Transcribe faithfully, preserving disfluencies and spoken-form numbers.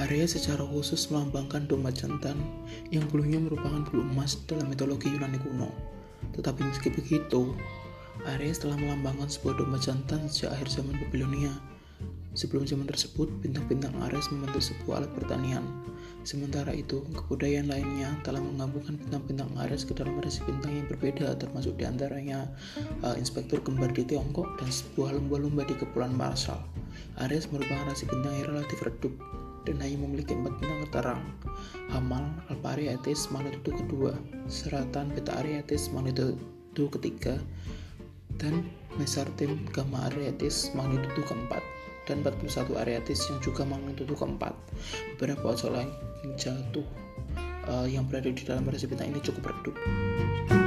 Aries secara khusus melambangkan domba jantan yang bulunya merupakan bulu emas dalam mitologi Yunani kuno. Tetapi meski begitu, Aries telah melambangkan sebuah domba jantan sejak akhir zaman Babilonia. Sebelum zaman tersebut, bintang-bintang Aries membentuk sebuah alat pertanian. Sementara itu, kebudayaan lainnya telah menggabungkan bintang-bintang Aries ke dalam rasi bintang yang berbeda, termasuk diantaranya uh, inspektur kembar di Tiongkok dan sebuah lumba-lumba di Kepulauan Marshall. Aries merupakan rasi bintang yang relatif redup dan hanya memiliki empat bintang terang: Hamal, Alpha Arietis, magnitudo kedua, Seratan, Beta Arietis, magnitudo ketiga, dan Mesartem, Gamma Arietis, magnitudo keempat, dan empat puluh satu Arietis yang juga magnitudo keempat. Beberapa objek lain yang jatuh uh, yang berada di dalam rasi bintang ini cukup redup.